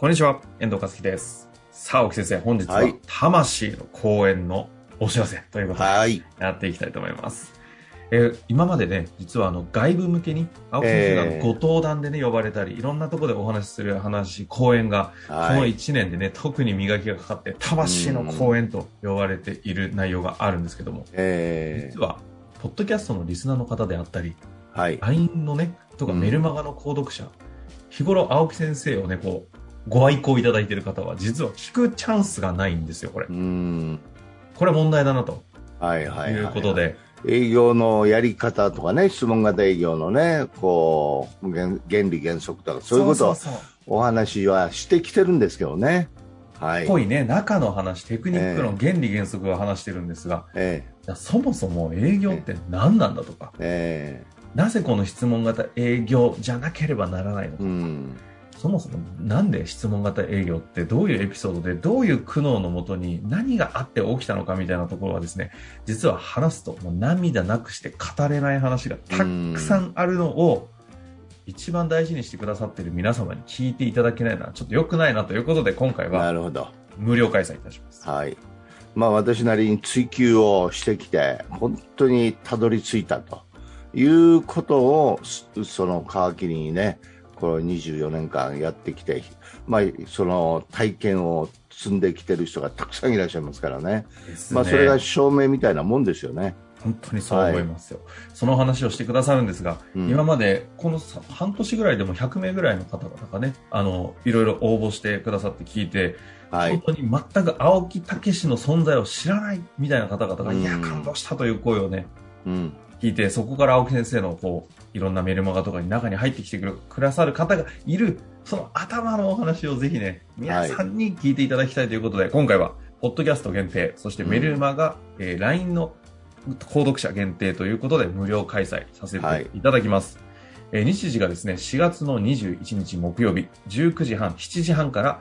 こんにちは、遠藤和樹です。さあ、青木先生、本日は魂の講演のお知らせということでやっていきたいと思います。今までね、実は外部向けに青木先生がご登壇でね、呼ばれたり、いろんなところでお話しする講演が、この1年でね、特に磨きがかかって、魂の講演と呼ばれている内容があるんですけども、実は、ポッドキャストのリスナーの方であったり、LINE のね、とかメルマガの購読者、日頃青木先生をね、ご愛好いただいている方は、実は聞くチャンスがないんですよ、これ。これは問題だなと。いうことで。 営業のやり方とかね、質問型営業のね、原理原則とか、そういうことをお話はしてきてるんですけどね。 ぽいね、中の話、テクニックの原理原則を話してるんですが、そもそも営業って何なんだとか、なぜこの質問型営業じゃなければならないのか。そもそもなんで質問型営業ってどういうエピソードでどういう苦悩のもとに何があって起きたのかみたいなところはですね、実は話すともう涙なくして語れない話がたくさんあるのを一番大事にしてくださっている皆様に聞いていただけないのはちょっと良くないなということで、今回は無料開催いたします。 私なりに追求をしてきて本当にたどり着いたということをその皮切りにね、これ24年間やってきて、その体験を積んできてる人がたくさんいらっしゃいますからね。それが証明みたいなもんですよね。 本当にそう思いますよ。その話をしてくださるんですが、今までこの半年ぐらいでも100名ぐらいの方々がね、いろいろ応募してくださって聞いて、本当に全く青木武の存在を知らないみたいな方々が、いや、感動したという声をね、聞いて、そこから青木先生のいろんなメルマガとかに中に入ってきてくださる方がいる、その頭のお話をぜひね、皆さんに聞いていただきたいということで、今回はポッドキャスト限定、そしてメルマガ、LINE の購読者限定ということで無料開催させていただきます。日時がですね、4月の21日木曜日、19時半、7時半から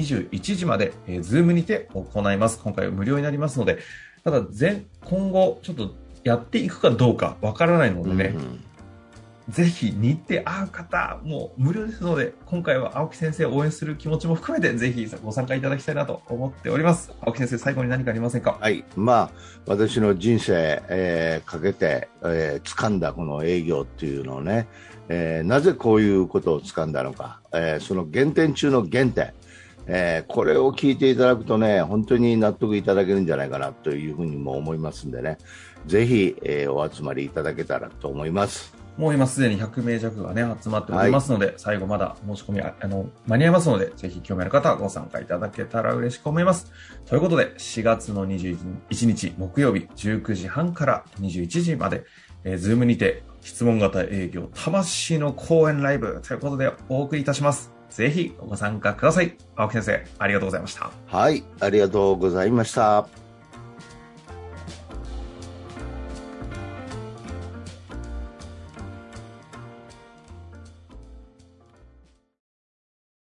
21時まで、Zoom にて行います。今回は無料になりますので、ただ今後ちょっとやっていくかどうかわからないのでね、ぜひ日程合う方、もう無料ですので、今回は青木先生を応援する気持ちも含めて、ぜひご参加いただきたいなと思っております。青木先生、最後に何かありませんか？ 私の人生、かけて、掴んだこの営業っていうのをね、なぜこういうことを掴んだのか、その原点中の原点、これを聞いていただくとね、本当に納得いただけるんじゃないかなというふうにも思いますんでね、ぜひ、お集まりいただけたらと思います。 もう今すでに100名弱がね、集まっておりますので、最後まだ申し込み間に合いますので、ぜひ興味ある方はご参加いただけたら嬉しく思います。ということで、4月の21日木曜日19時半から21時まで、Zoom にて質問型営業魂の講演ライブということでお送りいたします。ぜひご参加ください。青木先生、ありがとうございました。 ありがとうございました。